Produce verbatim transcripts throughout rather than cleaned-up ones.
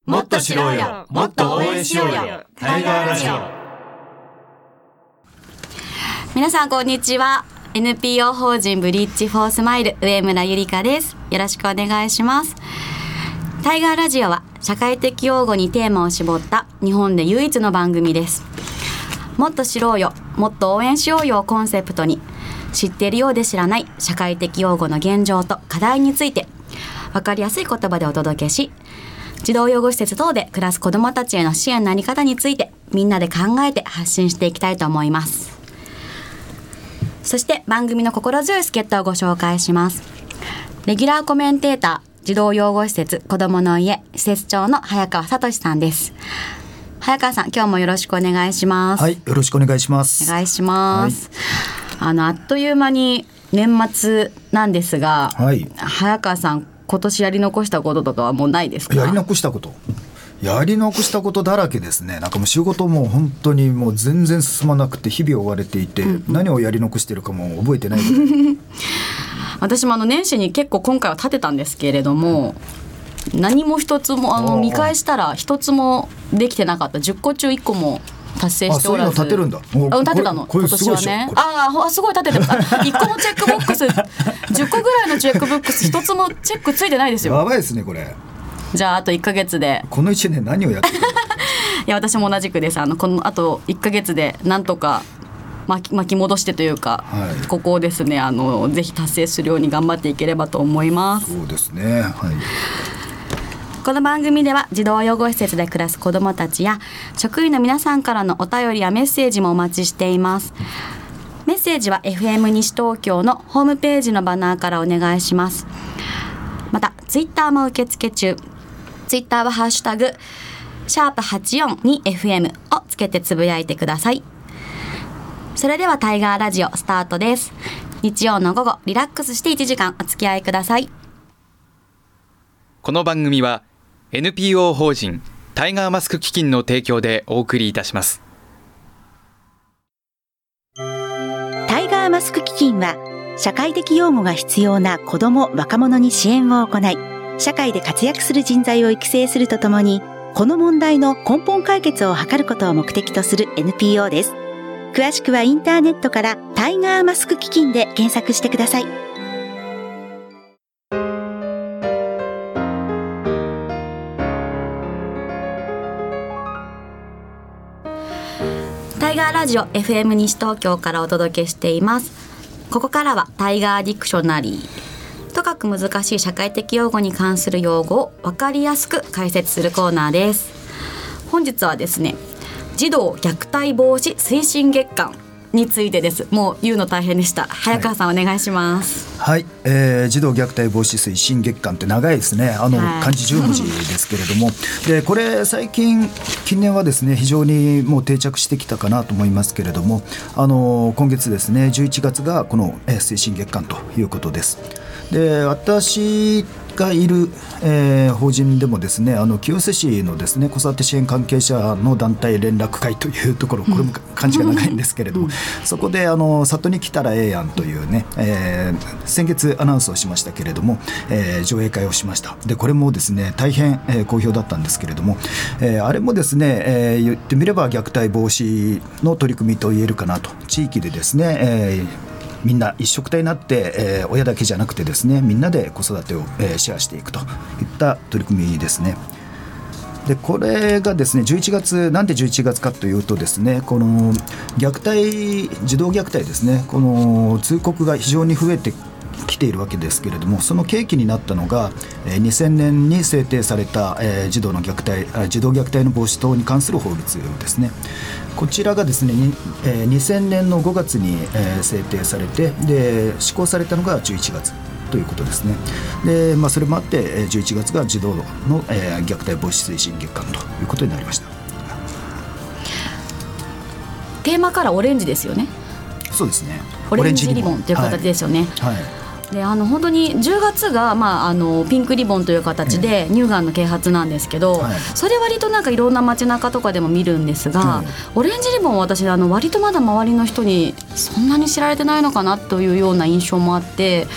もっと知ろうよ、もっと応援しようよ、タイガーラジオ。 皆さんこんにちは。 エヌピーオー 法人ブリッジフォースマイル上村ゆりかです。よろしくお願いします。タイガーラジオは社会的養護にテーマを絞った日本で唯一の番組です。もっと知ろうよ、もっと応援しようよをコンセプトに、知っているようで知らない社会的養護の現状と課題について分かりやすい言葉でお届けし、児童養護施設等で暮らす子どもたちへの支援のあり方についてみんなで考えて発信していきたいと思います。そして番組の心強い助っ人をご紹介します。レギュラーコメンテーター、児童養護施設子どもの家施設長の早川聡さんです。早川さん、今日もよろしくお願いします。 はい、よろしくお願いします。 お願いします、はい、あのあっという間に年末なんですが、はい、早川さん今年やり残したこととかはもうないですか？ やり残したことやり残したことだらけですね。なんかもう仕事も本当にもう全然進まなくて日々追われていて、うんうん、何をやり残してるかも覚えてない私もあの年始に結構今回は立てたんですけれども、うん、何も一つもあの見返したら一つもできてなかった。じゅっこ中いっこも達成しておらず。 あ、そういうの立てるんだ。 あ、立てたの今年はね。ああ、すごい立ててた。いっこもチェックボックスじゅっこぐらいのチェックボックス一つもチェックついてないですよ。 やばいですねこれ。 じゃああといっかげつでこのいちねん何をやってるのいや私も同じくです。あのこのあといっかげつでなんとか巻き、巻き戻してというか、はい、ここをですねあのぜひ達成するように頑張っていければと思います。 そうですね、はい。 この番組では児童養護施設で暮らす子どもたちや職員の皆さんからのお便りやメッセージもお待ちしています。メッセージは エフエム 西東京のホームページのバナーからお願いします。またツイッターも受付中。ツイッターはハッシュタグシャープはちよんにエフエム をつけてつぶやいてください。それではタイガーラジオスタートです。日曜の午後リラックスしていちじかんお付き合いください。 この番組はエヌピーオー 法人タイガーマスク基金の提供でお送りいたします。 タイガーマスク基金は社会的養護が必要な子ども・若者に支援を行い、社会で活躍する人材を育成するとともに、この問題の根本解決を図ることを目的とする エヌピーオー です。詳しくはインターネットからタイガーマスク基金で検索してください。 タイガーラジオ エフエム 西東京からお届けしています。ここからはタイガーディクショナリー、とかく難しい社会的用語に関する用語を分かりやすく解説するコーナーです。本日はですね、児童虐待防止推進月間についてです。もう言うの大変でした。早川さん、はい、お願いします。 はい、えー、児童虐待防止推進月間って長いですね。あの、はい、漢字じゅうもじですけれどもでこれ最近近年はですね非常にもう定着してきたかなと思いますけれども、あの今月ですねじゅういちがつがこの、えー、推進月間ということです。で私がいる、えー、法人でもですね、あの清瀬市のですね子育て支援関係者の団体連絡会というところ、これも漢字が長いんですけれども、うん、そこであの里に来たらええやんというね、えー、先月アナウンスをしましたけれども、えー、上映会をしました。でこれもですね大変、えー、好評だったんですけれども、えー、あれもですね、えー、言ってみれば虐待防止の取り組みと言えるかなと。地域でですね、えーみんな一緒くたになって、えー、親だけじゃなくてですねみんなで子育てを、えー、シェアしていくといった取り組みですね。でこれがですねじゅういちがつ、なんでじゅういちがつかというとですね、この虐待児童虐待ですね、この通告が非常に増えてきているわけですけれども、その契機になったのがにせんねんに制定された、えー、児童の虐待児童虐待の防止等に関する法律ですね。こちらがですね、えー、にせんねんのごがつに、えー、制定されて、で施行されたのがじゅういちがつということですね。で、まあ、それもあってじゅういちがつが児童の、えー、虐待防止推進月間ということになりました。 テーマカラーオレンジですよね。 そうですね、 オレンジリボンという形ですよね。 はいはい。 であの本当にじゅうがつが、まあ、あのピンクリボンという形で乳がんの啓発なんですけど、はい、それ割となんかいろんな街中とかでも見るんですが、はい、オレンジリボンは私あの割とまだ周りの人にそんなに知られてないのかなというような印象もあって、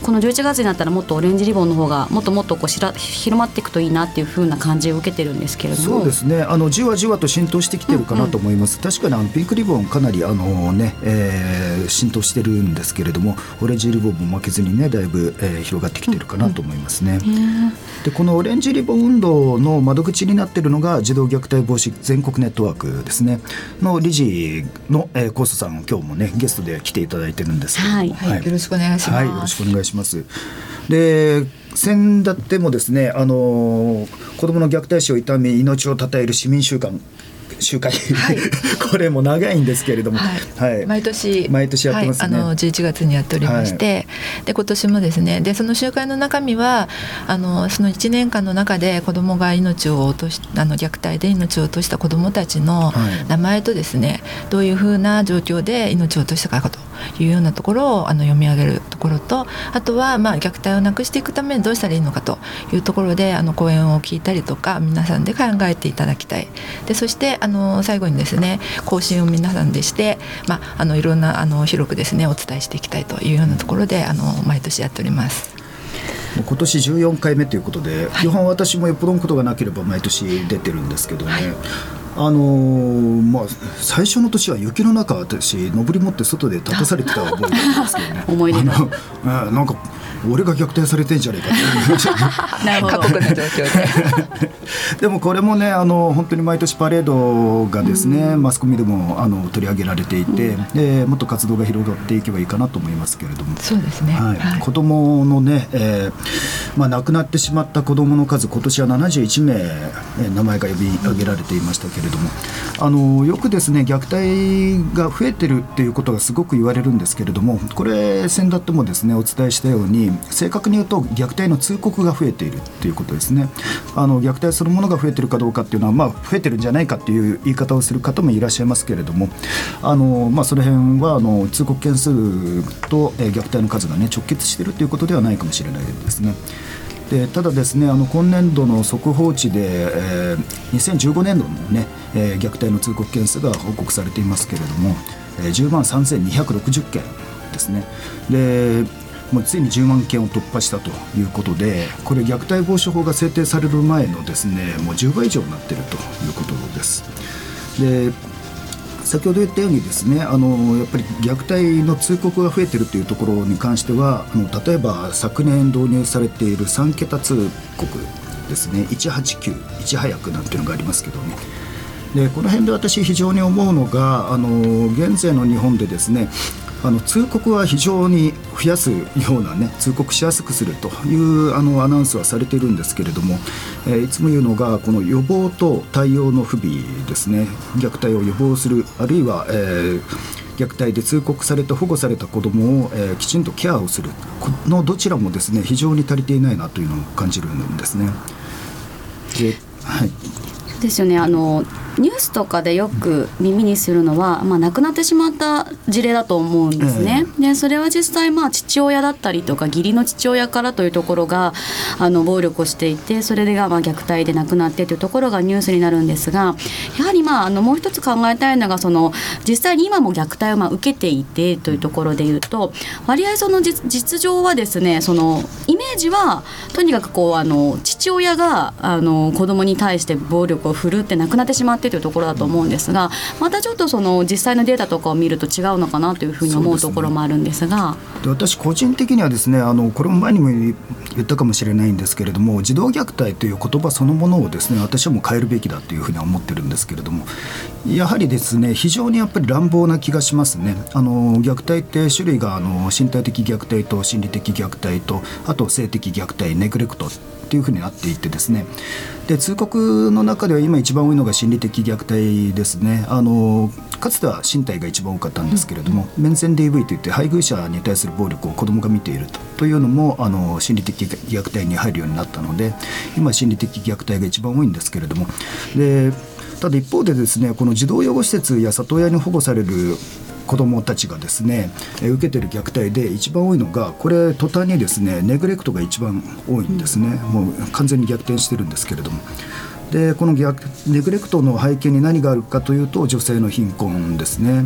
このじゅういちがつになったらもっとオレンジリボンの方がもっともっとこうしら広まっていくといいなっていう風な感じを受けてるんですけれども。 そうですね、あのじわじわと浸透してきてるかなと思います、うんうん、確かにあのピンクリボンかなりあの、ねえー、浸透してるんですけれども、オレンジリボンも負けずにねだいぶ、えー、広がってきてるかなと思いますね、うんうん、でこのオレンジリボン運動の窓口になっているのが児童虐待防止全国ネットワークですねの理事の、えー、コースさん、今日もねゲストで来ていただいてるんですけども、 はいはい、 よろしくお願いします、 はい、よろしくお願いします。で先だってもですね、あの子どもの虐待死を悼み命をたたえる市民週間集会、はい、これも長いんですけれども、 はいはい、毎年毎年やってますね、 はい、あのじゅういちがつにやっておりまして、はい、で今年もですね、でその集会の中身はあのそのいちねんかんの中で子どもが命を落としあの虐待で命を落とした子どもたちの名前とですね、はい、どういうふうな状況で命を落としたかというようなところをあの読み上げるところと、あとはまあ虐待をなくしていくためにどうしたらいいのかというところであの講演を聞いたりとか皆さんで考えていただきたい。でそしてあの最後にですね講習を皆さんでして、まあ、あのいろんなあの広くですねお伝えしていきたいというようなところであの毎年やっております。 今年じゅうよんかいめということで、はい、基本私もよっぽどのことがなければ毎年出てるんですけどね、はい、あのーまあ、最初の年は雪の中私登り持って外で立たされてた覚えなんですけどね思い出があのなんか俺が虐待されてんじゃねえかってなるほど過酷な状況ででもこれもねあの本当に毎年パレードがですね、うん、マスコミでもあの取り上げられていて、うん、でもっと活動が広がっていけばいいかなと思いますけれども、 そうですね、 はいはい、 子どものね、えーまあ、亡くなってしまった子どもの数今年はななじゅういちめい、えー、名前が呼び上げられていましたけれども、あのよくですね虐待が増えてるっていうことがすごく言われるんですけれども、これ先だってもですねお伝えしたように正確に言うと虐待の通告が増えているっていうことですね。あの虐待そのものが増えているかどうかっていうのは、まあ、増えてるんじゃないかっていう言い方をする方もいらっしゃいますけれども、あの、まあ、その辺はあの通告件数と、えー、虐待の数が、ね、直結しているということではないかもしれないですね。でただですねあの今年度の速報値で、えー、にせんじゅうごねんどの、ねえー、虐待の通告件数が報告されていますけれども、えー、じゅうまんさんぜんにひゃくろくじゅっけんですね。でもうついにじゅうまんけんを突破したということで、これ虐待防止法が制定される前のですねもうじゅうばい以上になっているということです。で先ほど言ったようにですねあのやっぱり虐待の通告が増えているというところに関しては、あの例えば昨年導入されているさんけた通告ですねいちはちきゅういち早くなんていうのがありますけどね。でこの辺で私非常に思うのがあの現在の日本でですねあの通告は非常に増やすような、ね、通告しやすくするというあのアナウンスはされているんですけれども、えー、いつも言うのがこの予防と対応の不備ですね。虐待を予防する、あるいは、えー、虐待で通告された保護された子どもを、えー、きちんとケアをする、このどちらもですね非常に足りていないなというのを感じるんですね。で、はいですよね、あのニュースとかでよく耳にするのは、まあ、亡くなってしまった事例だと思うんですね、えー、でそれは実際まあ父親だったりとか義理の父親からというところがあの暴力をしていて、それでがまあ虐待で亡くなってというところがニュースになるんですが、やはりまああのもう一つ考えたいのがその実際に今も虐待をまあ受けていてというところでいうと、割合その 実, 実情はですねそのイメージはとにかくこうあの父親があの子供に対して暴力を振るって亡くなってしまってというところだと思うんですが、またちょっとその実際のデータとかを見ると違うのかなというふうに思うところもあるんですが、 で私個人的にはですねあのこれも前にも言ったかもしれないんですけれども、児童虐待という言葉そのものをですね私はもう変えるべきだというふうには思ってるんですけれども、やはりですね非常にやっぱり乱暴な気がしますね。あの虐待って種類があの身体的虐待と心理的虐待とあと性的虐待ネグレクトというふうになっていてですね、で通告の中では今一番多いのが心理的虐待ですね。あのかつては身体が一番多かったんですけれども、うん、面前 ディーブイ といって配偶者に対する暴力を子どもが見ている と, というのもあの心理的虐待に入るようになったので、今心理的虐待が一番多いんですけれども、でただ一方でですねこの児童養護施設や里親に保護される子どもたちがですね受けている虐待で一番多いのが、これ途端にですねネグレクトが一番多いんですね、うん、もう完全に逆転してるんですけれども、でこの逆ネグレクトの背景に何があるかというと女性の貧困ですね。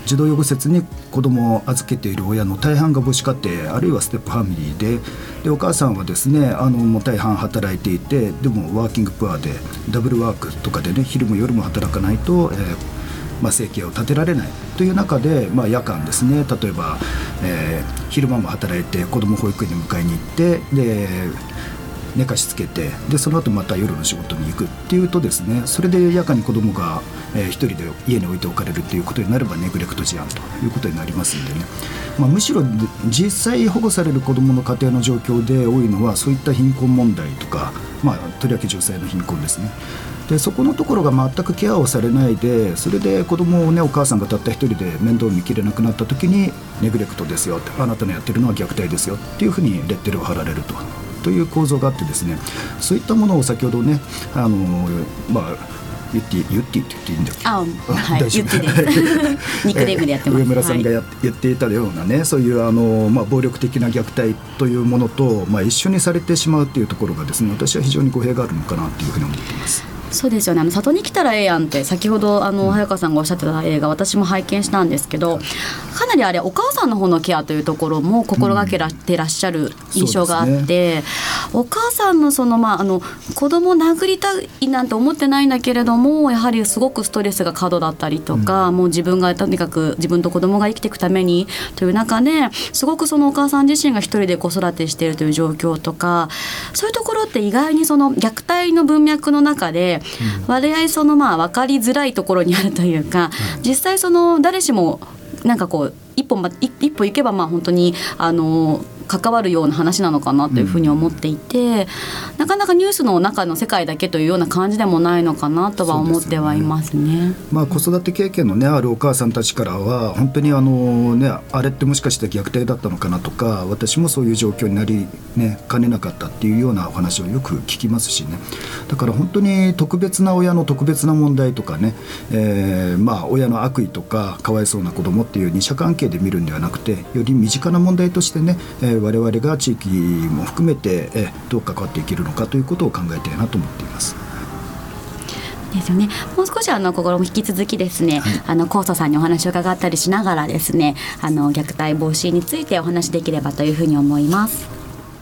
児童養護施設に子どもを預けている親の大半が母子家庭あるいはステップファミリー で, でお母さんはですねあのもう大半働いていて、でもワーキングプアでダブルワークとかでね昼も夜も働かないと、えーまあ、生計を立てられないという中で、まあ、夜間ですね例えば、えー、昼間も働いて子ども保育園に迎えに行ってで寝かしつけてでその後また夜の仕事に行くっていうとですねそれで夜間に子どもが、えー、一人で家に置いておかれるっていうことになればネグレクト事案ということになりますんでね、まあ、むしろ実際保護される子どもの家庭の状況で多いのはそういった貧困問題とか、まあ、とりわけ女性の貧困ですね。でそこのところが全くケアをされないでそれで子どもを、ね、お母さんがたった一人で面倒を見きれなくなった時にネグレクトですよあなたのやってるのは虐待ですよっていうふうにレッテルを貼られるとという構造があってですねそういったものを先ほどねあの、まあ、言って言って言っていいんだっけあ、はい、言ってですニックネームでやってます、 上村さんが や,、はい、やっていたようなねそういうあの、まあ、暴力的な虐待というものと、まあ、一緒にされてしまうというところがですね私は非常に語弊があるのかなというふうに思っています。 そうですよねあの里に来たらええやんって先ほどあの、うん、早川さんがおっしゃってた映画私も拝見したんですけどかなりあれお母さんの方のケアというところも心がけてらっしゃる印象があって、うんね、お母さんのその、まあ、あの子供を殴りたいなんて思ってないんだけれどもやはりすごくストレスが過度だったりとか、うん、もう自分がとにかく自分と子供が生きていくためにという中ですごくそのお母さん自身が一人で子育てしているという状況とかそういうところって意外にその虐待の文脈の中で割合そのまあ分かりづらいところにあるというか実際その誰しもなんかこう一歩、一歩行けばまあ本当にあの関わるような話なのかなというふうに思っていて、うん、なかなかニュースの中の世界だけというような感じでもないのかなとは思ってはいますね。 まあ、子育て経験の、ね、あるお母さんたちからは本当にあの、ね、あれってもしかして虐待だったのかなとか私もそういう状況になり、ね、かねなかったっていうようなお話をよく聞きますしねだから本当に特別な親の特別な問題とかね、えーまあ、親の悪意とかかわいそうな子供っていう二者関係で見るんではなくてより身近な問題としてね、えー我々が地域も含めてえどう関わっていけるのかということを考えたいなと思っています。 ですよね、もう少しあの心も引き続きですね、はい、あの高祖さんにお話を伺ったりしながらですねあの虐待防止についてお話しできればというふうに思います。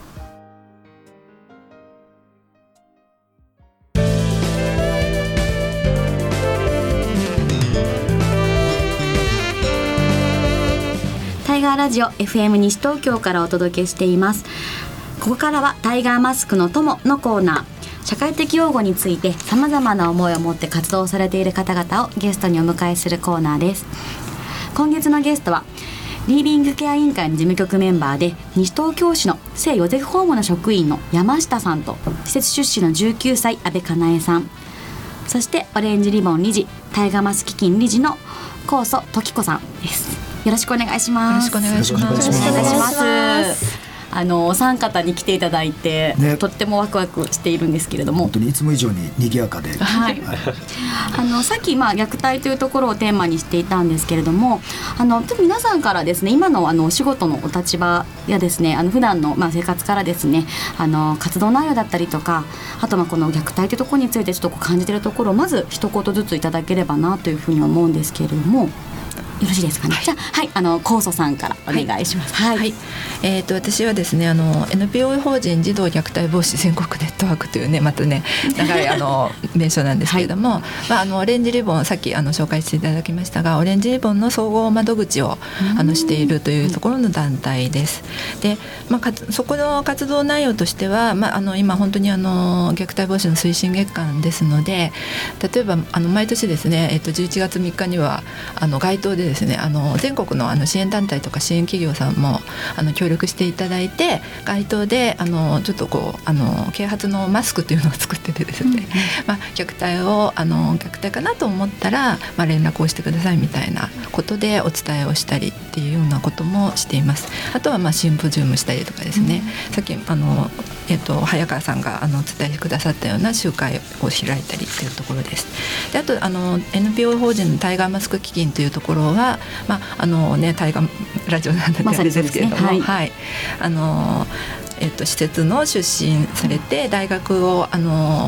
タイガーラジオ エフエム 西東京からお届けしています。ここからはタイガーマスクの友のコーナー。社会的養護についてさまざまな思いを持って活動されている方々をゲストにお迎えするコーナーです。今月のゲストはリービングケア委員会の事務局メンバーで西東京市の聖ヨゼフホームの職員の山下さんと施設出身のじゅうきゅうさい阿部かなえさん、そしてオレンジリボン理事タイガーマス基金理事の高祖時子さんです。よろしくお願いします。 よろしくお願いします。 よろしくお願いします。あのお三方に来ていただいて、ね、とってもワクワクしているんですけれども本当にいつも以上に賑やかで、 はいはい、あのさっき、まあ、虐待というところをテーマにしていたんですけれどもあの皆さんからですね今のあのお仕事のお立場やですねあの普段のまあ生活からですねあの活動内容だったりとかあとまあこの虐待というところについてちょっとこう感じているところをまず一言ずついただければなというふうに思うんですけれどもよろしいですかね。じゃあ、はい、あの高祖さんからお願いします。 はい、はい、えー、と私はですねあの エヌピーオー 法人児童虐待防止全国ネットワークというねまたね長いあの名称なんですけれども、はいまあ、あのオレンジリボンさっきあの紹介していただきましたがオレンジリボンの総合窓口をあのしているというところの団体です。で、まあ、かそこの活動内容としては、まあ、あの今本当にあの虐待防止の推進月間ですので例えばあの毎年ですね、えー、とじゅういちがつみっかにはあの街頭でですね、あの全国のあの支援団体とか支援企業さんもあの協力していただいて街頭であのちょっとこうあの啓発のマスクというのを作っててですね、うんまあ、虐待をあの虐待かなと思ったら、まあ、連絡をしてくださいみたいなことでお伝えをしたりっていうようなこともしています。あとはまあシンポジウムしたりとかですね、うん、さっきあの、えっと、早川さんがあのお伝えしてくださったような集会を開いたりっていうところです。であとあの エヌピーオー 法人のタイガーマスク基金というところはまああのね、タイガーラジオなんであれですけれども、まねはいはいあのえっと、施設の出身されて大学をあの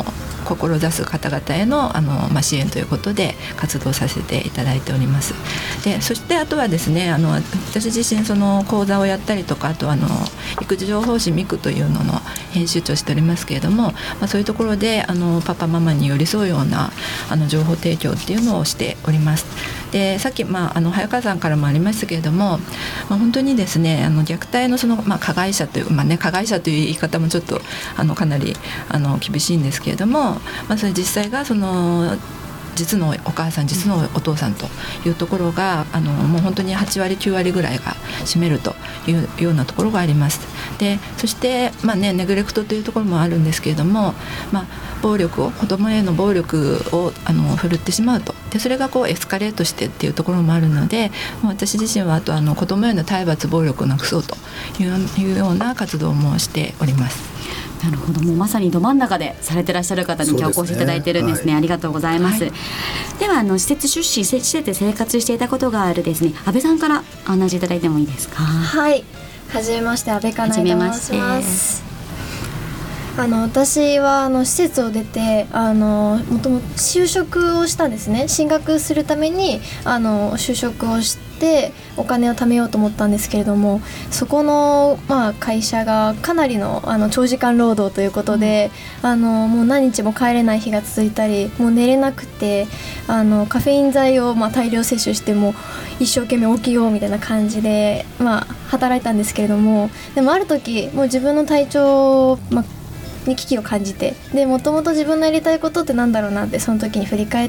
志す方々への、あの、まあ、支援ということで活動させていただいております。でそしてあとはですね、あの私自身その講座をやったりとか、あとあの育児情報誌ミクというのの編集長をしておりますけれども、まあ、そういうところであのパパママに寄り添うようなあの情報提供っていうのをしております。でさっき、まあ、あの早川さんからもありましたけれども、まあ、本当にですね、あの虐待のその、まあ、加害者という、まあね、加害者という言い方もちょっとあのかなりあの厳しいんですけれども、まあ、それ実際がその実のお母さん、実のお父さんというところがあのもう本当にはちわりきゅうわりぐらいが占めるというようなところがあります。でそして、まあね、ネグレクトというところもあるんですけれども、まあ、暴力を子どもへの暴力をあの振るってしまうと、でそれがこうエスカレートしてっていうところもあるので、もう私自身はあとあの子どもへの体罰暴力をなくそうという、いうような活動もしております。 なるほど、もうまさにど真ん中でされてらっしゃる方に今日お越しいただいてるんですね。はい、ありがとうございます。はい、ではあの施設出資、施設で生活していたことがあるですね、安倍さんからお話しいただいてもいいですか。 はい、はじめまして、安倍かなえと申します。あの私はあの施設を出て、あのもともと就職をしたんですね。進学するためにあの就職をしてお金を貯めようと思ったんですけれども、そこの、まあ、会社がかなり の, あの長時間労働ということで、うん、あのもう何日も帰れない日が続いたり、もう寝れなくて、あのカフェイン剤を、まあ、大量摂取しても一生懸命起きようみたいな感じで、まあ、働いたんですけれども、でもある時もう自分の体調、まあに危機を感じて、でもともと自分のやりたいことってなんだろうなってその時に振り返って、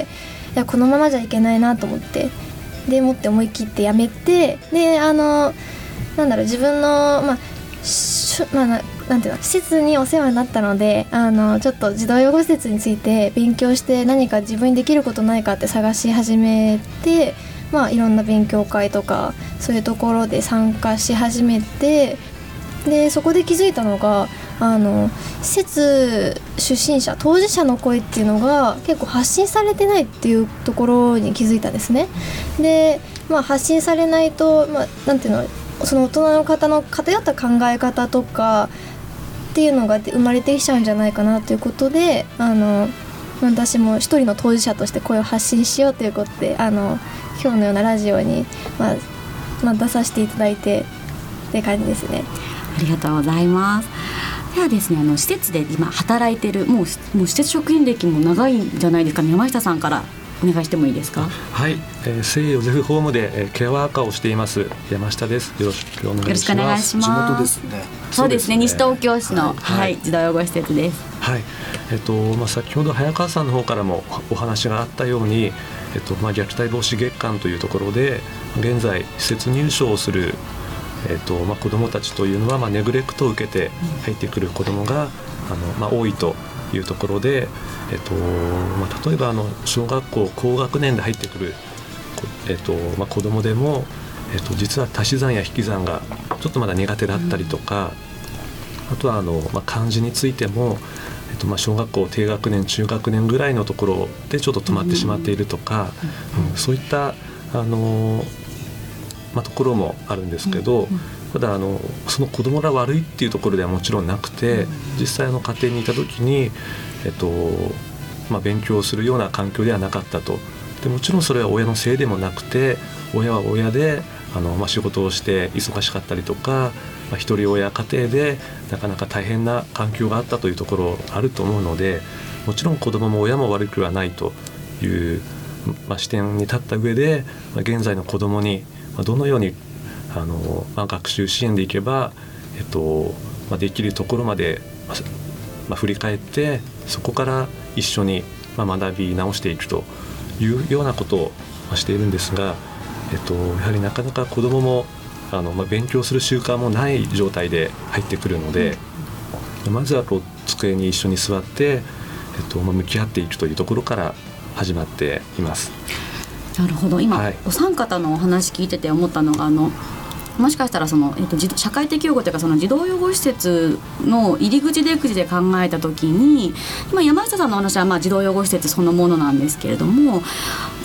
いやこのままじゃいけないなと思って、でもって思い切ってやめて、であのなんだろう自分のまあしまあななんていうの施設にお世話になったので、あのちょっと児童養護施設について勉強して何か自分にできることないかって探し始めて、まあいろんな勉強会とかそういうところで参加し始めて、でそこで気づいたのが、あの施設出身者当事者の声っていうのが結構発信されてないっていうところに気づいたんですね。で、まあ、発信されないと、まあ、なんていうのその大人の方の偏った考え方とかっていうのが生まれてきちゃうんじゃないかなということで、あの私も一人の当事者として声を発信しようということで、あの今日のようなラジオに、まあまあ、出させていただいてって感じですね。 ありがとうございます。ではですね、あの施設で今働いてるもう、もう施設職員歴も長いんじゃないですかね。山下さんからお願いしてもいいですか。 はい、えー、聖ヨゼフホームで、えー、ケアワーカーをしています山下です。よろしくお願いします。 よろしくお願いします。 地元ですね。 そうですね、西東京市の、 はいはい、児童養護施設です。 はい、えっとまあ、先ほど早川さんの方からもお話があったように、えっとまあ、虐待防止月間というところで現在施設入所をするえーとまあ、子どもたちというのは、まあ、ネグレクトを受けて入ってくる子どもが、あの、まあ、多いというところで、えーとまあ、例えばあの小学校高学年で入ってくる、えーとまあ、子どもでも、えーと実は足し算や引き算がちょっとまだ苦手だったりとか、うん、あとはあの、まあ、漢字についても、えーとまあ、小学校低学年中学年ぐらいのところでちょっと止まってしまっているとか、うんうん、そういったあのまあ、ところもあるんですけど、うんうん、ただあのその子供が悪いっていうところではもちろんなくて、うん、実際あの家庭にいた時に、えっとまあ、勉強するような環境ではなかったと。でもちろんそれは親のせいでもなくて、親は親であの、まあ、仕事をして忙しかったりとか、まあ、一人親家庭でなかなか大変な環境があったというところあると思うので、もちろん子供も親も悪くはないという、まあ、視点に立った上で、まあ、現在の子供にどのようにあの、まあ、学習支援でいけば、えっとまあ、できるところまで、まあ、振り返ってそこから一緒に、まあ、学び直していくというようなことをしているんですが、えっと、やはりなかなか子どももあの、まあ、勉強する習慣もない状態で入ってくるので、うん、まずはこう机に一緒に座って、えっとまあ、向き合っていくというところから始まっています。 なるほど。今、 はい、 お三方のお話聞いてて思ったのが、あのもしかしたらその、えっと、社会的養護というかその児童養護施設の入り口出口で考えた時に、今山下さんの話はまあ児童養護施設そのものなんですけれども、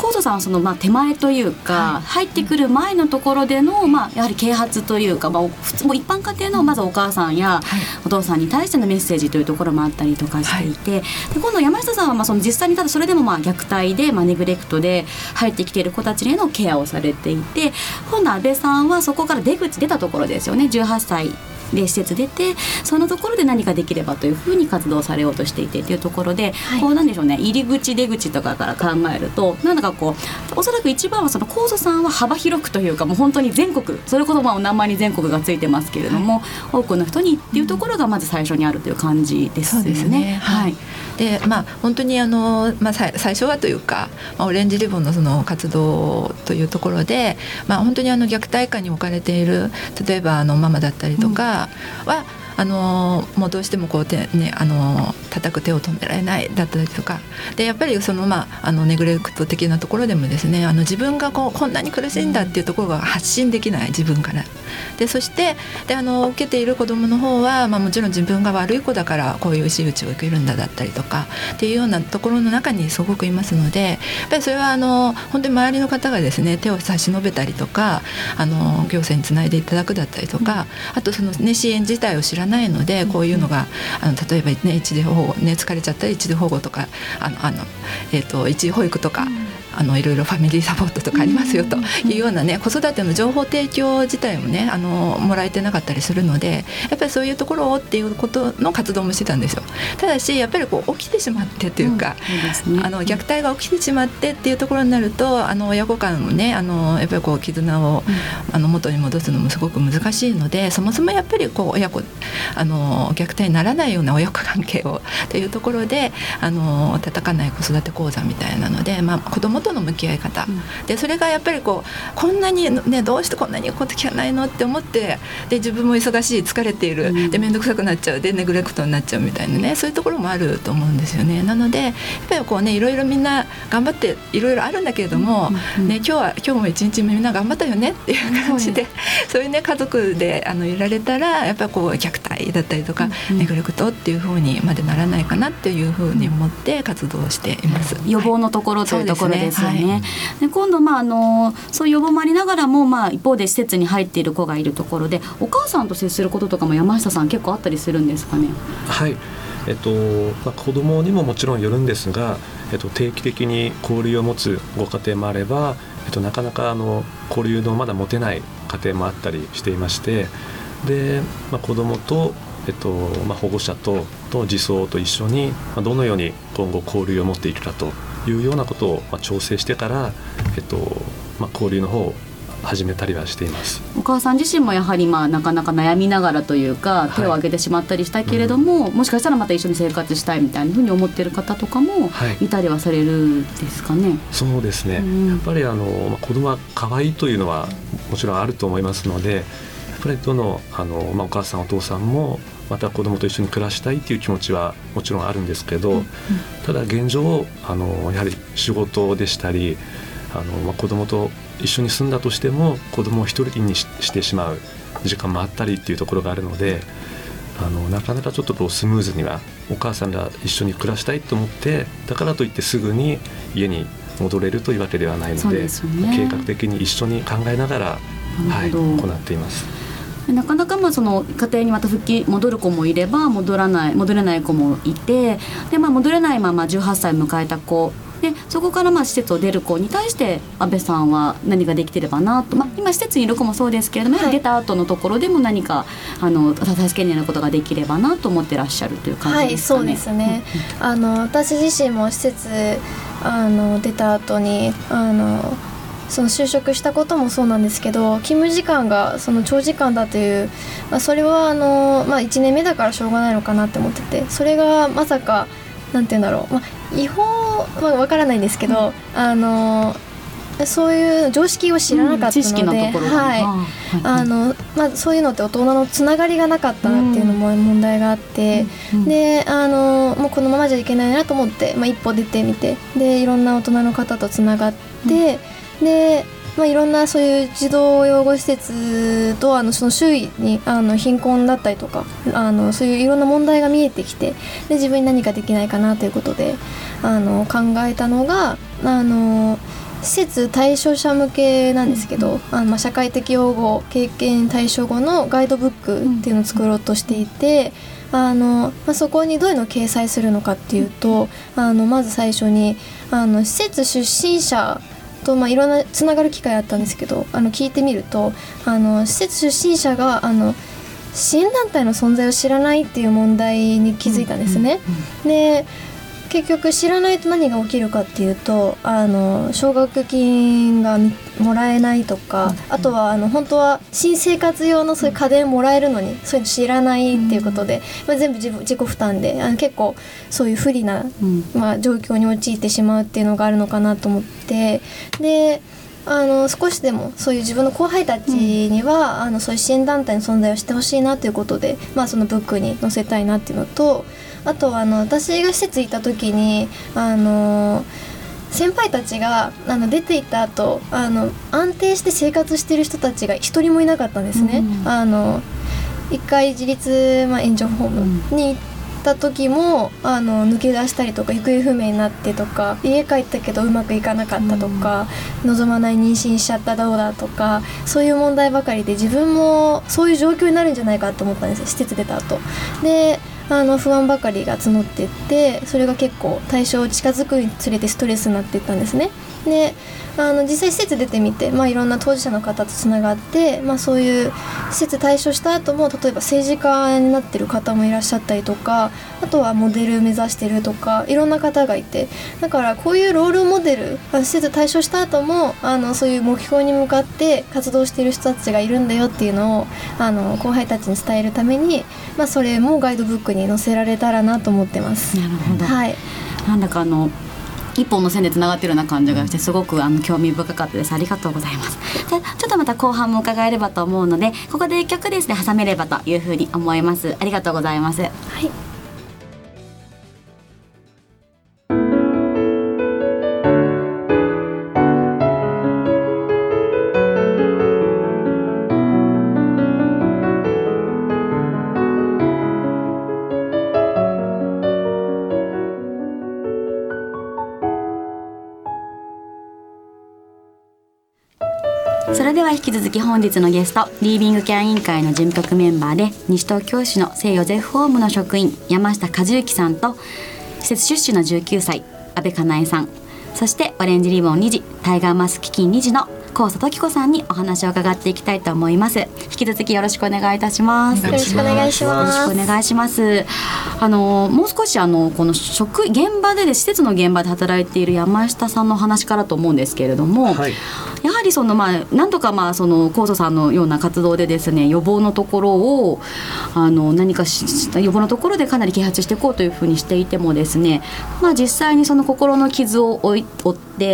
高祖さんはそのまあ手前というか、はい、入ってくる前のところでのまあやはり啓発というか、まあ、普通も一般家庭のまずお母さんやお父さんに対してのメッセージというところもあったりとかしていて、はい、で今度山下さんはまあその実際にただそれでもまあ虐待でまあネグレクトで入ってきている子たちへのケアをされていて、今度安倍さんはそこから出口出たところですよね。じゅうはっさいで施設出て、そのところで何かできればというふうに活動されようとしていてというところで、はい、こうなんでしょうね、入り口出口とかから考えるとなんだかこうおそらく一番はその高祖さんは幅広くというか、もう本当に全国、それこそまあお名前に全国がついてますけれども、はい、多くの人にっていうところがまず最初にあるという感じですよね。 そうですね、はい、でまあ、本当にあの、まあ、最初はというか、まあ、オレンジリボンのその活動というところで、まあ、本当にあの虐待下に置かれている例えばあのママだったりとかは、うん、あのもうどうしてもこう手、ね、あの叩く手を止められないだったりとかで、やっぱりその、まあ、あのネグレクト的なところでもですね、あの自分がこうこんなに苦しいんだっていうところが発信できない、自分からで、そしてであの受けている子どもの方は、まあ、もちろん自分が悪い子だからこういう仕打ちを受けるんだだったりとかっていうようなところの中にすごくいますので、やっぱりそれはあの本当に周りの方がですね手を差し伸べたりとか、あの行政につないでいただくだったりとか、あとその、ね、支援自体を知らないので、こういうのがあの例えば、ね、一時保護、ね、疲れちゃったら一時保護とかあのあの、えーと、一時保育とか、あのいろいろファミリーサポートとかありますよというようなね、子育ての情報提供自体もねあのもらえてなかったりするので、やっぱりそういうところをっていうことの活動もしてたんですよ。ただしやっぱりこう起きてしまってというか、うんね、あの虐待が起きてしまってっていうところになると、あの親子間もねあのやっぱりこう絆を、うん、あの元に戻すのもすごく難しいので、そもそもやっぱりこう親子あの虐待にならないような親子関係をというところで、あの叩かない子育て講座みたいなので、まあ、子どもとの向き合い方、うん、でそれがやっぱりこうこんなに、ね、どうしてこんなに言うこと聞かないのって思って、で自分も忙しい、疲れている、うん、で面倒くさくなっちゃう、でネグレクトになっちゃうみたいなね、そういうところもあると思うんですよね。なのでやっぱりこうねいろいろみんな頑張っていろいろあるんだけれども、うんうんね、今日は今日も一日みんな頑張ったよねっていう感じで、うん、そういうね家族であのいられたらやっぱりこう虐待だったりとか、うん、ネグレクトっていうふうにまでならないかなっていうふうに思って活動しています。 予防のところというところですよね。はい、で今度、まあ、あのそういう予防もありながらも、まあ、一方で施設に入っている子がいるところで、お母さんと接することとかも山下さん結構あったりするんですかね。 はい、えっとまあ、子どもにももちろんよるんですが、えっと、定期的に交流を持つご家庭もあれば、えっと、なかなかあの交流のまだ持てない家庭もあったりしていまして、で、まあ、子どもと、えっとまあ、保護者とと児相と一緒に、まあ、どのように今後交流を持っていくかというようなことを、まあ、調整してから、えっとまあ、交流の方を始めたりはしています。 お母さん自身もやはりまあなかなか悩みながらというか、手を挙げてしまったりしたけれども、はい、うん、もしかしたらまた一緒に生活したいみたいなふうに思っている方とかもいたりはされるんですかね。はい、 そうですね、うん、やっぱりあの、まあ、子供は可愛いというのはもちろんあると思いますので、やっぱりどの、あの、まあ、お母さんお父さんもまた子供と一緒に暮らしたいという気持ちはもちろんあるんですけど、うんうん、ただ現状あのやはり仕事でしたり、あの、まあ、子供と一緒に住んだとしても子供を一人に し, してしまう時間もあったりっていうところがあるので、あのなかなかちょっとこうスムーズにはお母さんが一緒に暮らしたいと思って、だからといってすぐに家に戻れるというわけではないの で, で、ね、計画的に一緒に考えながら、はい、行っています。 なかなかまあその家庭にまた復帰戻る子もいれば戻らない戻れない子もいて、で、まあ、戻れないままじゅうはっさい迎えた子で、そこからまあ施設を出る子に対して安倍さんは何ができてればなと、まあ、今施設にいる子もそうですけれども、はい、出た後のところでも何かあの助けになることができればなと思ってらっしゃるという感じですかね。 はい、そうですね。あの私自身も施設あの出た後にあのその就職したこともそうなんですけど、勤務時間がその長時間だという、まあ、それはあの、まあ、いちねんめだからしょうがないのかなって思ってて、それがまさかなんていうんだろう、まあ、違法はわからないんですけど、うん、あのそういう常識を知らなかったので、うん、知識のところが、はい、あのまあ、そういうのって大人のつながりがなかったなっていうのも問題があって、うん、であのもうこのままじゃいけないなと思って、まあ、一歩出てみて、でいろんな大人の方とつながって、うん、でまあ、いろんなそういう児童養護施設とあのその周囲にあの貧困だったりとか、あのそういういろんな問題が見えてきて、で自分に何かできないかなということであの考えたのが、あの施設対象者向けなんですけど、あのまあ社会的養護経験対象後のガイドブックっていうのを作ろうとしていて、あのまあ、そこにどういうのを掲載するのかっていうと、あのまず最初にあの施設出身者と、まあ、いろんなつながる機会あったんですけど、あの聞いてみると、あの施設出身者があの支援団体の存在を知らないっていう問題に気づいたんですね。で結局知らないと何が起きるかっていうと、あの奨学金がもらえないとか、あとはあの本当は新生活用のそういう家電もらえるのにそういうの知らないっていうことで、まあ、全部自分自己負担で、あの結構そういう不利な、まあ、状況に陥ってしまうっていうのがあるのかなと思って、であの少しでもそういう自分の後輩たちには、うん、あのそういう支援団体の存在をしてほしいなということで、まあ、そのブックに載せたいなっていうのと、あとはあの私が施設行った時にあの先輩たちがあの出て行った後あの安定して生活している人たちが一人もいなかったんですね。うん、あの一回自立、まあ、援助ホームに行った時もあの抜け出したりとか行方不明になってとか、家帰ったけどうまくいかなかったとか、うん、望まない妊娠しちゃったどうだとか、そういう問題ばかりで自分もそういう状況になるんじゃないかと思ったんですよ、施設出た後で。あの不安ばかりが募っていって、それが結構対象近づくにつれてストレスになっていったんですね。であの実際施設出てみて、まあ、いろんな当事者の方とつながって、まあ、そういう施設対象した後も例えば政治家になってる方もいらっしゃったりとか、あとはモデル目指してるとかいろんな方がいて、だからこういうロールモデル、施設対象した後もあのそういう目標に向かって活動している人たちがいるんだよっていうのをあの後輩たちに伝えるために、まあ、それもガイドブックに載せられたらなと思ってます。 なるほど、 はい、 なんだかあの一本の線でつながっているような感じがしてすごくあの興味深かったです。ありがとうございます。じゃあちょっとまた後半も伺えればと思うので、ここで一曲ですね挟めればというふうに思います。ありがとうございます。 はい、 それでは引き続き本日のゲスト、リービングケア委員会の事務局メンバーで西東京市の聖ヨゼフホームの職員山下和之さんと、施設出身のじゅうきゅうさい阿部かなえさん、そしてオレンジリボン理事タイガーマスク基金理事の高佐時子さんにお話を伺っていきたいと思います。引き続きよろしくお願いいたします。 よろしくお願いします。 よろしくお願いします。あのもう少しあのこの職現場で、で施設の現場で働いている山下さんの話からと思うんですけれども、はい、やはりそのまあなんとかまあその高佐さんのような活動でですね、予防のところをあの何かし予防のところでかなり啓発していこうというふうにしていてもですね、まあ実際にその心の傷を負い負って、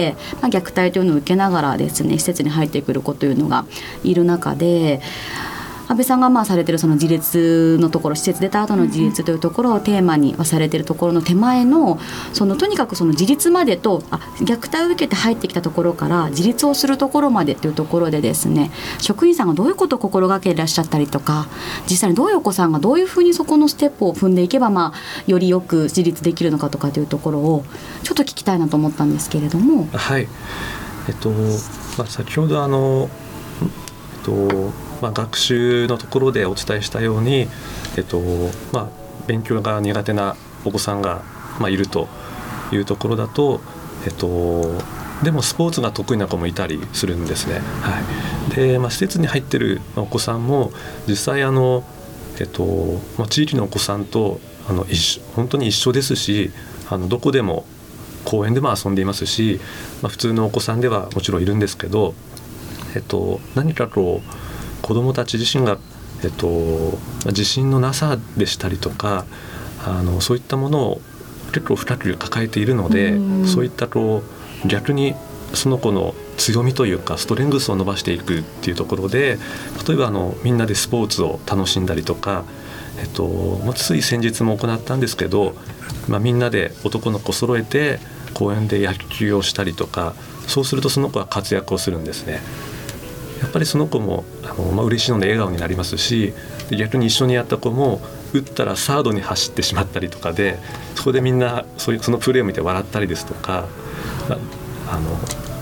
まあ、虐待というのを受けながらですね施設に入ってくる子というのがいる中で、安倍さんがまあされているその自立のところ、施設出た後の自立というところをテーマにされているところの手前の、そのとにかくその自立までと、あ虐待を受けて入ってきたところから自立をするところまでというところでですね、職員さんがどういうことを心がけていらっしゃったりとか、実際にどういうお子さんがどういうふうにそこのステップを踏んでいけば、まあよりよく自立できるのかとかというところをちょっと聞きたいなと思ったんですけれども。 はい、えっとまあ、先ほどあの、えっとまあ、学習のところでお伝えしたように、えっとまあ、勉強が苦手なお子さんが、まあ、いるというところだと、えっと、でもスポーツが得意な子もいたりするんですね。はい、で、まあ、施設に入ってるお子さんも実際あの、えっとまあ、地域のお子さんとあの一緒本当に一緒ですし、あのどこでも公園でも遊んでいますし、まあ、普通のお子さんではもちろんいるんですけど、えっと、何かこう子どもたち自身が、えっと、自信のなさでしたりとか、あのそういったものを結構深く抱えているので、そういったこう逆にその子の強みというかストレングスを伸ばしていくっていうところで、例えばあのみんなでスポーツを楽しんだりとか、えっと、つい先日も行ったんですけど、まあ、みんなで男の子揃えて公園で野球をしたりとか、そうするとその子は活躍をするんですね。やっぱりその子もあの、まあ、嬉しいので笑顔になりますし、逆に一緒にやった子も打ったらサードに走ってしまったりとかで、そこでみんなそういうそのプレーを見て笑ったりですとか、まあ、あの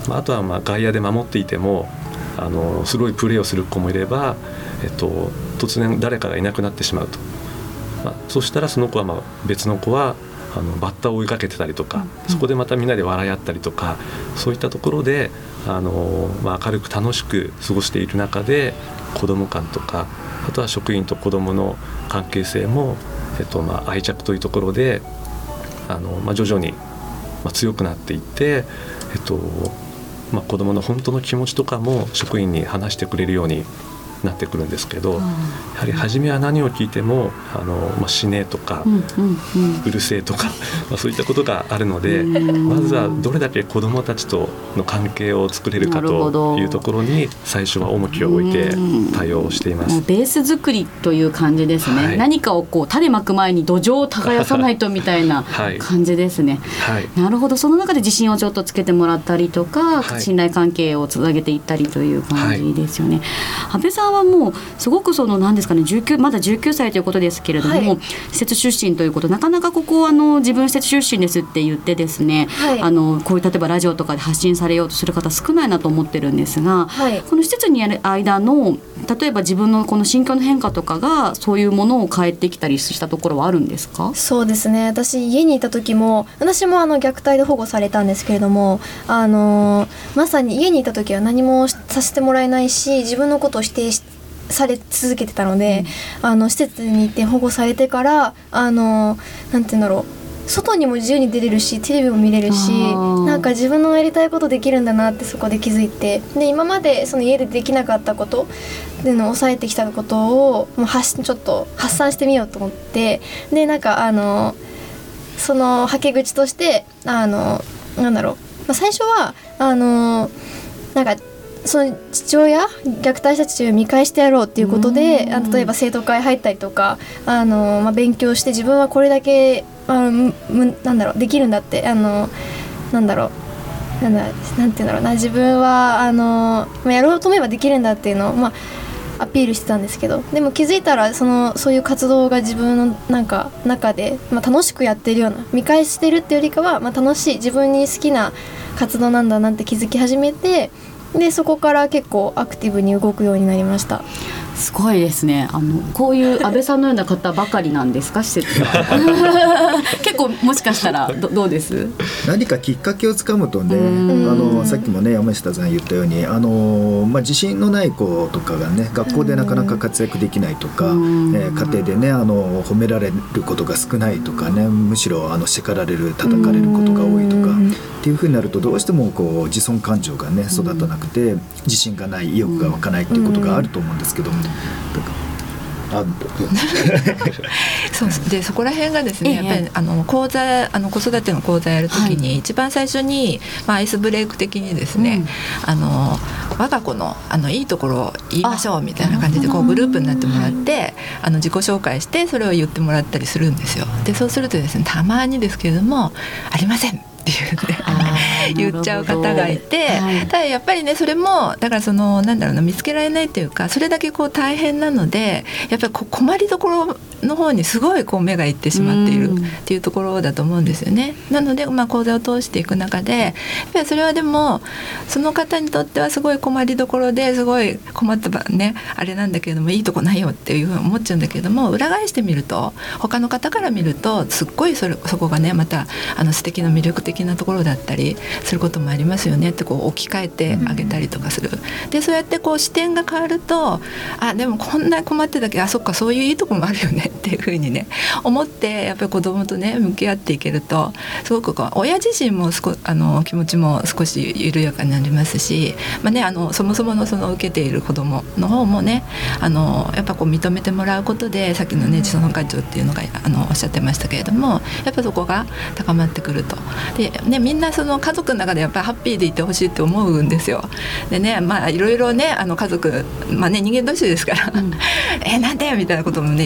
まあ、あとはまあ外野で守っていてもあのすごいプレーをする子もいれば、えっと、突然誰かがいなくなってしまうと、まあ、そしたらその子はまあ別の子はあのバッターを追いかけてたりとか、うんうん、そこでまたみんなで笑い合ったりとか、そういったところであの、まあ、明るく楽しく過ごしている中で子ども間とか、あとは職員と子どもの関係性も、えっと、まあ愛着というところであの、まあ、徐々にまあ強くなっていって、えっとまあ、子どもの本当の気持ちとかも職員に話してくれるようになってくるんですけど、やはり初めは何を聞いてもあの、まあ、死ねとか、うんうんうん、うるせえとか、まあ、そういったことがあるので、まずはどれだけ子どもたちとの関係を作れるかというところに最初は重きを置いて対応しています。 もうベース作りという感じですね、はい、何かをこう種まく前に土壌を耕さないとみたいな感じですね、はいはい、なるほど。その中で自信をちょっとつけてもらったりとか、はい、信頼関係をつなげていったりという感じですよね、はい、安倍さんはもうすごくその何ですかね、じゅうきゅうまだじゅうきゅうさいということですけれども、はい、施設出身ということ、なかなかここあの自分施設出身ですって言ってですね、はい、あのこういう例えばラジオとかで発信されようとする方少ないなと思ってるんですが、はい、この施設にある間の例えば自分のこの心境の変化とかがそういうものを変えてきたりしたところはあるんですか？ そうですね、私家にいた時も私もあの虐待で保護されたんですけれども、あのまさに家にいた時は何もさせてもらえないし、自分のことを否定してされ続けてたので、うん、あの施設に行って保護されてからあのなんて言うんだろう、外にも自由に出れるしテレビも見れるし、なんか自分のやりたいことできるんだなってそこで気づいて、で今までその家でできなかったことっていうのを抑えてきたことをもう発ちょっと発散してみようと思って、でなんかあのそのはけ口としてあのなんだろう、まあ、最初はあのなんかその父親虐待した父親を見返してやろうっていうことで、あ例えば生徒会入ったりとかあの、まあ、勉強して自分はこれだけあのなんだろうできるんだってあのなんだろうなんだなんていうんだろうな自分はあの、まあ、やろうと思えばできるんだっていうのを、まあ、アピールしてたんですけど、でも気づいたらそのそういう活動が自分のなんか中で、まあ、楽しくやってるような見返してるっていうよりかは、まあ、楽しい自分に好きな活動なんだなって気づき始めて、でそこから結構アクティブに動くようになりました。 すごいですね。あのこういう安倍さんのような方ばかりなんですか、施設は結構もしかしたら ど, どうです何かきっかけをつかむとね、あのさっきもね山下さん言ったようにあの、まあ、自信のない子とかがね学校でなかなか活躍できないとか、えー、家庭でねあの褒められることが少ないとかね、むしろあの叱られる叩かれることが多いとかっていう風になると、どうしてもこう自尊感情がね育たなくて自信がない、意欲が湧かないっていうことがあると思うんですけども、あそうでそこら辺がですね、やっぱりあの講座あの子育ての講座やるときに一番最初に、まあ、アイスブレイク的にですね、うん、あの我が子のあのいいところを言いましょうみたいな感じでこうグループになってもらってあの自己紹介してそれを言ってもらったりするんですよ。でそうするとですね、たまにですけれどもありませんっていうね言っちゃう方がいて、はい、ただやっぱりねそれもだからそのなんだろうな見つけられないというか、それだけこう大変なのでやっぱりこう困りどころの方にすごいこう目がいってしまっているっていうところだと思うんですよね。なので、まあ、講座を通していく中でやっぱりそれはでもその方にとってはすごい困りどころですごい困ったばねあれなんだけれどもいいとこないよっていうふうに思っちゃうんだけれども、裏返してみると他の方から見るとすっごいそれそこがねまたあの素敵な魅力的なところだったりすることもありますよねってこう置き換えてあげたりとかする、うん、でそうやってこう視点が変わると、あでもこんな困ってたけどあそっかそういういいところもあるよねっていうふうにね思ってやっぱり子供とね向き合っていけるとすごくこう親自身もすこあの気持ちも少し緩やかになりますし、まあね、あのそもそものその受けている子供の方もねあのやっぱこう認めてもらうことでさっきのね自尊感情っていうのがあのおっしゃってましたけれども、やっぱそこが高まってくると。でね、みんなその家族の中でやっぱりハッピーでいてほしいって思うんですよ。でね、まあいろいろねあの家族、まあね人間同士ですから、うん、えなんでみたいなこともねいろいろありま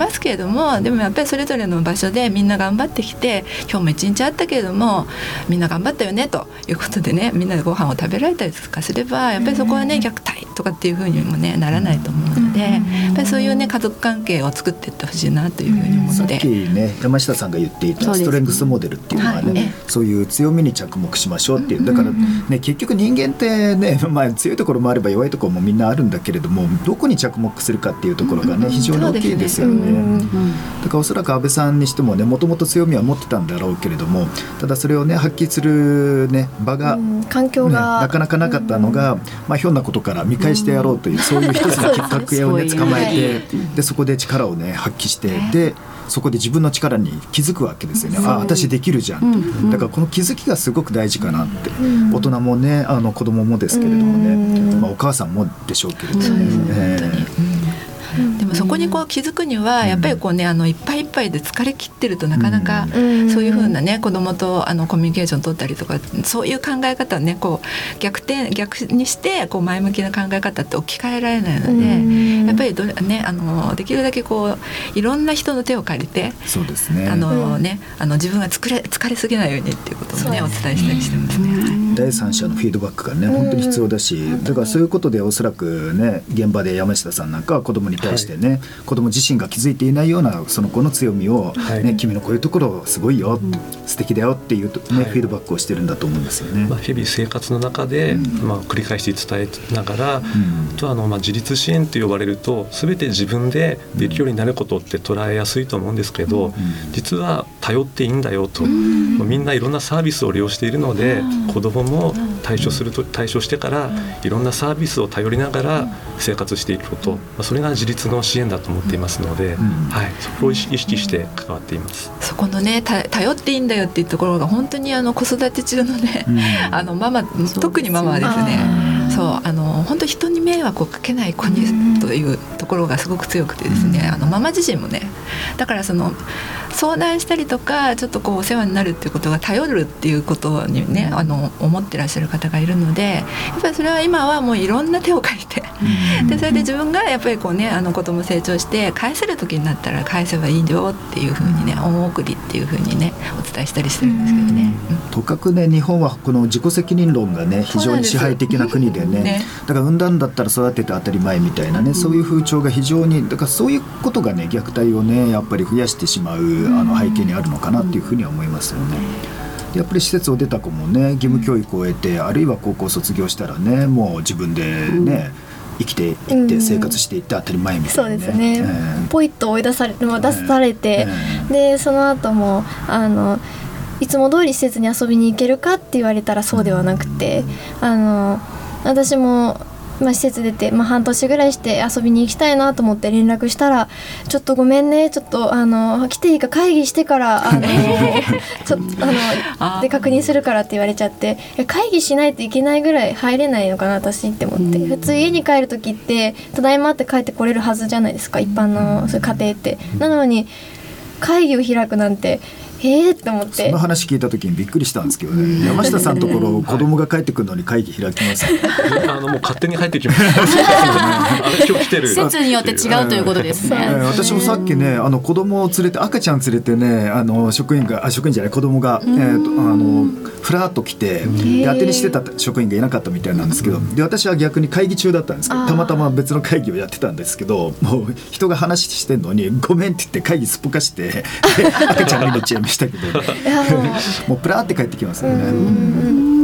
ますけれども、でもやっぱりそれぞれの場所でみんな頑張ってきて、今日も一日あったけれどもみんな頑張ったよねということでね、みんなでご飯を食べられたりとかすれば、やっぱりそこはね虐待とかっていうふうにもねならないと思うので、やっぱりそういうね家族関係を作っていってほしいなというふうに思うので、 さっきね山下さんが言っていたストレングスモデルっていうのはね、はい、そういう強みに着目しましょうっていう、だからね結局人間ってね、まあ、強いところもあれば弱いところもみんなあるんだけれども、どこに着目するかっていうところがね非常に大きいですよね。だからおそらく安倍さんにしてもねもともと強みは持ってたんだろうけれども、ただそれをね発揮する、ね、場が、うん、 環境が、 ね、なかなかなかったのが、うんまあ、ひょんなことから見返してやろうという、うん、そういう一つのきっかけをね捕まえて、でそこで力をね発揮して、でそこで自分の力に気づくわけですよね。あ、私できるじゃんって、うん、だからこの気づきがすごく大事かなって、うん、大人もねあの子供もですけれどもね、うんまあ、お母さんもでしょうけれどもね、うんでもそこにこう気づくにはやっぱりこうねあのいっぱいいっぱいで疲れ切ってるとなかなかそういう風なね子供とあのコミュニケーション取ったりとか、そういう考え方をねこう逆転逆にしてこう前向きな考え方って置き換えられないので、やっぱりど、ね、あのできるだけこういろんな人の手を借りて、 そうですね、 あのねあの自分が疲れ疲れすぎないようにっていうこともねお伝えしたりしてますね。はい、 第三者のフィードバックがね本当に必要だし、だからそういうことでおそらくね現場で山下さんなんかは子供に対してね、はい、子供自身が気づいていないようなその子の強みを、ねはい、君のこういうところすごいよ、うん、素敵だよっていう、ねはい、フィードバックをしてるんだと思うんですよね。 まあ、日々生活の中で、うんまあ、繰り返し伝えながら、うん、とあの、まあ、自立支援と呼ばれると全て自分でできるようになることって捉えやすいと思うんですけど、うん、実は頼っていいんだよと、うん、みんないろんなサービスを利用しているので、うん、子供も対処すると対処してからいろんなサービスを頼りながら生活していくこと、まあ、それが自立の支援だと思っていますので、うんはい、そこを意識して関わっています。 そこのね頼っていいんだよっていうところが本当にあの子育て中のね、うん、あのママ特にママはですね、そうあの本当人に迷惑をかけない子にというところがすごく強くてですね、あのママ自身もねだからその相談したりとかちょっとこうお世話になるっていうことが頼るっていうことにねあの思ってらっしゃる方がいるので、やっぱりそれは今はもういろんな手を借りてでそれで自分がやっぱりこうねあの子供成長して返せる時になったら返せばいいよっていうふうにね恩送りっていうふうにねお伝えしたりしてるんですけどね、 うん、とかくね日本はこの自己責任論がね非常に支配的な国で ね, ねだから産んだんだったら育てて当たり前みたいなね、そういう風潮が非常にだからそういうことがね虐待をねやっぱり増やしてしまうあの背景にあるのかなっていうふうには思いますよね。やっぱり施設を出た子もね義務教育を得てあるいは高校卒業したらねもう自分でね、うん、生きていって生活していって当たり前みたいな、ねうん、そうですね、 えー、ポイッと追い出され、出されて、えー、でその後もあのいつも通り施設に遊びに行けるかって言われたらそうではなくて、うん、あの私もまあ、施設出て、まあ、半年ぐらいして遊びに行きたいなと思って連絡したらちょっとごめんねちょっとあの来ていいか会議してからあのちょっとあので確認するからって言われちゃって、いや会議しないといけないぐらい入れないのかな私って思って、普通家に帰る時ってただいまって帰ってこれるはずじゃないですか一般のそういう家庭って。なのに会議を開くなんてえーって思って、 その話聞いた時にびっくりしたんですけどね、山下さんのところ子供が帰ってくるのに会議開きます、ね、 あのもう勝手に入ってきますあれ今日来てる施設によって違うということですね、 えー、私もさっきねあの子供を連れて赤ちゃん連れてねあの職員があ職員じゃない子供が、えー、とあのふらっと来てで当てにしてた職員がいなかったみたいなんですけど、で私は逆に会議中だったんですけどたまたま別の会議をやってたんですけど、もう人が話してんのにごめんって言って会議すっぽかして赤ちゃん見に行っちゃいましたけどもうプラーって帰ってきますよね。うん、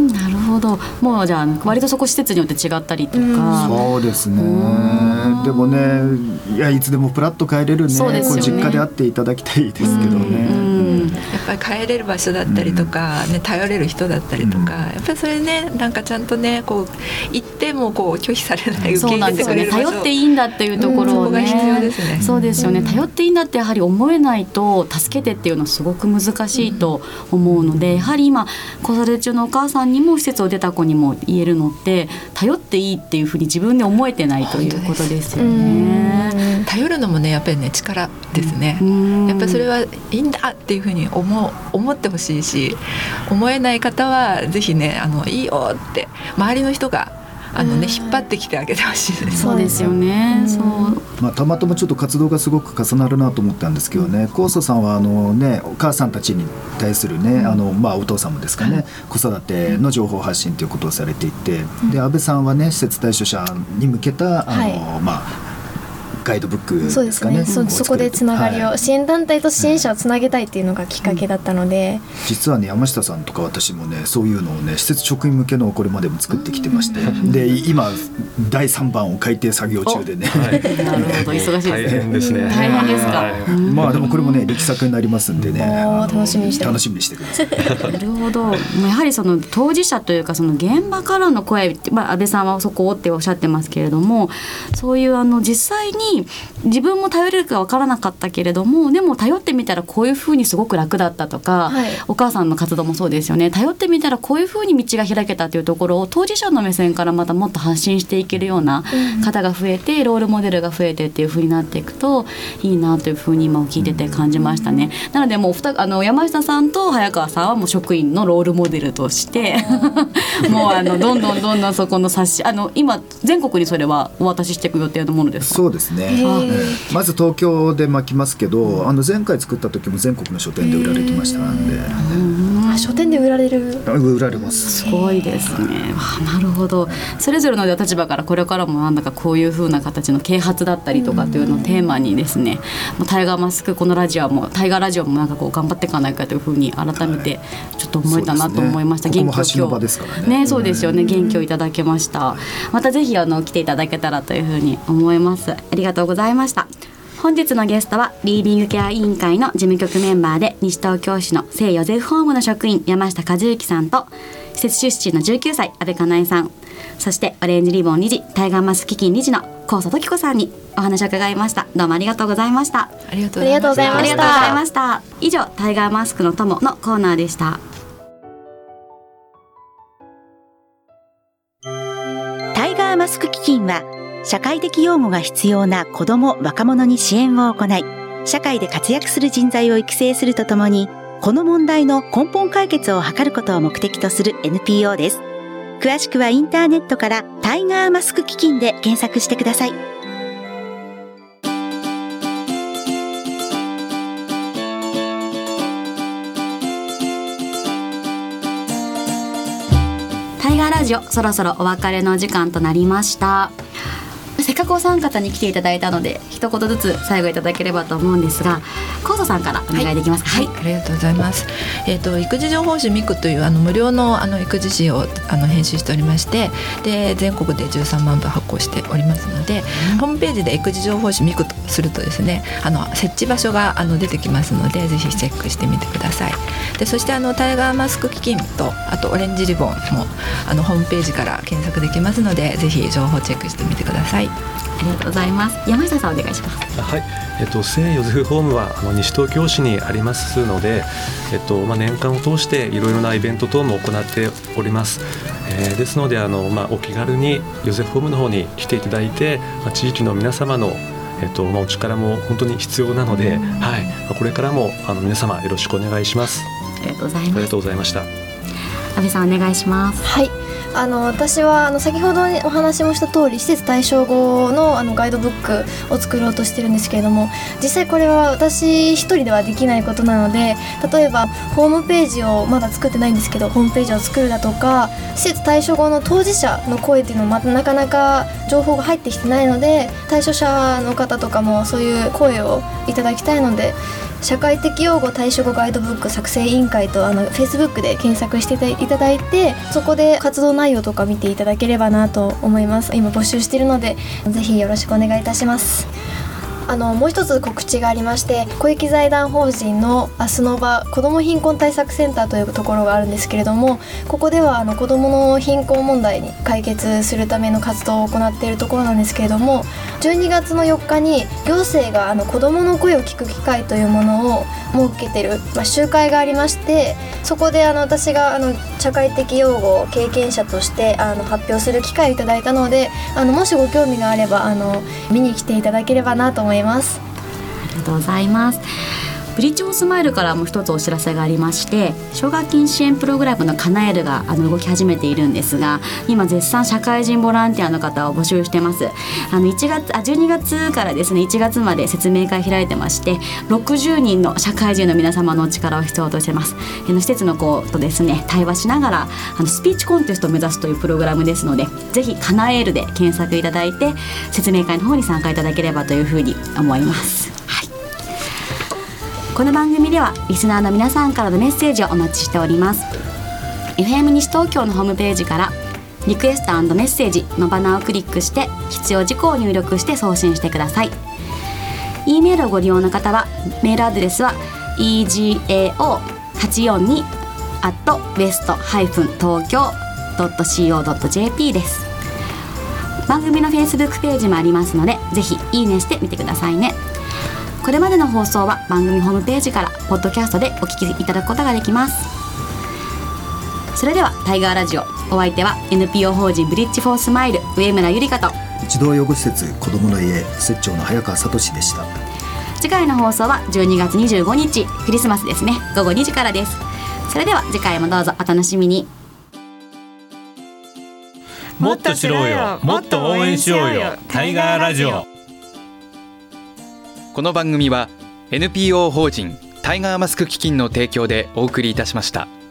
なるほど。もうじゃあ割とそこ施設によって違ったりとか。 そうですね。でもねいやいつでもプラッと帰れるね、こう実家で会っていただきたいですけどね。 やっぱり帰れる場所だったりとか、ね、頼れる人だったりとか、やっぱりそれねなんかちゃんとねこう行ってもこう拒否されない受け入れてくれる場所、 頼っていいんだっていうところをね、 うん、そこが必要ですね。 そうですよね、頼っていいんだってやはり思えないと助けてっていうのはすごく難しいと思うので、やはり今子育て中のお母さんにも施設を出た子にも言えるのって頼っていいっていうふうに自分で思えてないということですよね。 頼るのもねやっぱりね力ですね。やっぱりそれはいいんだっていうふうに思う思ってほしいし、思えない方はぜひねあのいいよって周りの人があの、ね、引っ張ってきてあげてほしいです。 そうですよね、うん、そう、 まあ、たまたまちょっと活動がすごく重なるなと思ったんですけどね、高祖さんはあの、ね、お母さんたちに対する、ね、うん、あのまあ、お父さんもですかね、うん、子育ての情報発信ということをされていて、うん、で安倍さんは、ね、施設対象者に向けたあの、はい、まあガイドブックですかね。 そうですね、 そ, そこでつながりを、はい、支援団体と支援者をつなげたいっていうのがきっかけだったので、 うん、実はね山下さんとか私もねそういうのをね施設職員向けのをこれまでも作ってきてまして、うん、で今だいさんばんを改訂作業中でね、はい、 なるほど、忙しいですね。 大変ですね。 大変ですか、はい、 まあでもこれもね力作になりますんでね、 楽しみにして楽しみにしてください。 なるほど、やはりその当事者というかその現場からの声、まあ、安倍さんはそこをっておっしゃってますけれども、そういうあの実際に自分も頼れるか分からなかったけれども、でも頼ってみたらこういうふうにすごく楽だったとか、はい、お母さんの活動もそうですよね、頼ってみたらこういうふうに道が開けたというところを当事者の目線からまたもっと発信していけるような方が増えて、うん、ロールモデルが増えてっていうふうになっていくといいなというふうに今聞いてて感じましたね。なのでもうあの山下さんと早川さんはもう職員のロールモデルとしてもうあのどんどんどんどんそこの冊子、あの今全国にそれはお渡ししていく予定のものですか？ そうですね、まず東京で巻きますけど、あの前回作った時も全国の書店で売られてましたんで、 あ、書店で売られる売られます。 すごいですね。あ、なるほど。それぞれの立場からこれからもなんだかこういう風な形の啓発だったりとかというのをテーマにですね、タイガーマスク、このラジオもタイガーラジオもなんかこう頑張っていかないかという風に改めてちょっと思えたなと思いました。 はい、そうですね、ここも発信の場ですからね。 ね、そうですよね。元気をいただけました。またぜひあの来ていただけたらという風に思います。ありがとうございました。本日のゲストはリービングケア委員会の事務局メンバーで西東京市の聖ヨゼフホームの職員山下和之さんと、施設出身のじゅうきゅうさい安倍かなえさん、そしてオレンジリボン理事、タイガーマスク基金理事の高祖時子さんにお話を伺いました。どうもありがとうございました。 ありがとうございました。 ありがとうございました。以上、タイガーマスクの友のコーナーでした。 タイガーマスク基金は社会的養護が必要な子ども・若者に支援を行い、社会で活躍する人材を育成するとともに、この問題の根本解決を図ることを目的とする エヌピーオー です。詳しくはインターネットからタイガーマスク基金で検索してください。 タイガーラジオ、そろそろお別れの時間となりました。せっかくお三方に来ていただいたので一言ずつ最後いただければと思うんですが、高祖さんからお願いできますか？ はい、はい、ありがとうございます。えーと、育児情報誌ミクというあの無料のあの育児誌をあの編集しておりまして、で全国でじゅうさんまんぶ発行しておりますので、うん、ホームページで育児情報誌ミクとするとですね、あの設置場所があの出てきますので、ぜひチェックしてみてください。でそしてあのタイガーマスク基金とあとオレンジリボンもあのホームページから検索できますので、ぜひ情報チェックしてみてください。 ありがとうございます。山下さんお願いします。 はい、えっと、聖ヨゼフホームはあの西東京市にありますので、えっとまあ、年間を通していろいろなイベント等も行っております。えー、ですのであの、まあ、お気軽にヨゼフホームの方に来ていただいて、まあ、地域の皆様のえっとまあ、お力も本当に必要なので、はいまあ、これからもあの皆様よろしくお願いします。 ありがとうございます。 ありがとうございました。 安倍さんお願いします。 はい、あの私はあの先ほどお話もした通り施設対象語 の, あのガイドブックを作ろうとしてるんですけれども、実際これは私一人ではできないことなので、例えばホームページをまだ作ってないんですけど、ホームページを作るだとか、施設対象語の当事者の声っていうのもまたなかなか情報が入ってきてないので、対象者の方とかもそういう声をいただきたいので、社会的養護対処語ガイドブック作成委員会とあの Facebook で検索していただいて、そこで活動内容とか見ていただければなと思います。今募集しているのでぜひよろしくお願いいたします。あのもう一つ告知がありまして、公益財団法人の明日の場子ども貧困対策センターというところがあるんですけれども、ここではあの子どもの貧困問題に解決するための活動を行っているところなんですけれども、じゅうにがつのよっかに行政があの子どもの声を聞く機会というものを設けている、まあ、集会がありまして、そこであの私があの社会的養護経験者としてあの発表する機会をいただいたので、あのもしご興味があればあの見に来ていただければなと思います。 ありがとうございます。 ブリッジフォースマイルからも一つお知らせがありまして、奨学金支援プログラムのカナエルがあの動き始めているんですが、今絶賛社会人ボランティアの方を募集してます。あのいちがつあじゅうにがつからですねいちがつまで説明会開いてまして、ろくじゅうにんの社会人の皆様のお力を必要としてます。あの施設の子とですね対話しながらあのスピーチコンテストを目指すというプログラムですので、ぜひカナエルで検索いただいて説明会の方に参加いただければというふうに思います。はい、この番組ではリスナーの皆さんからのメッセージをお待ちしております。 エフエム 西東京のホームページからリクエスト&メッセージのバナーをクリックして必要事項を入力して送信してください。 E メールをご利用の方はメールアドレスは イージーエーオーはちよんに アット ウエスト 東京 ドット シーオー ドット ジェーピー です。番組の Facebook ページもありますので、ぜひいいねしてみてくださいね。これまでの放送は番組ホームページからポッドキャストでお聞きいただくことができます。それではタイガーラジオ、お相手は エヌピーオー 法人ブリッジフォースマイル上村ゆりかと児童養護施設子どもの家設長の早川聡でした。 次回の放送はじゅうにがつにじゅうごにちクリスマスですね、ごごにじからです。それでは次回もどうぞお楽しみに。 もっと知ろうよ、もっと応援しようよ、タイガーラジオ。 この番組は エヌピーオー 法人タイガーマスク基金の提供でお送りいたしました。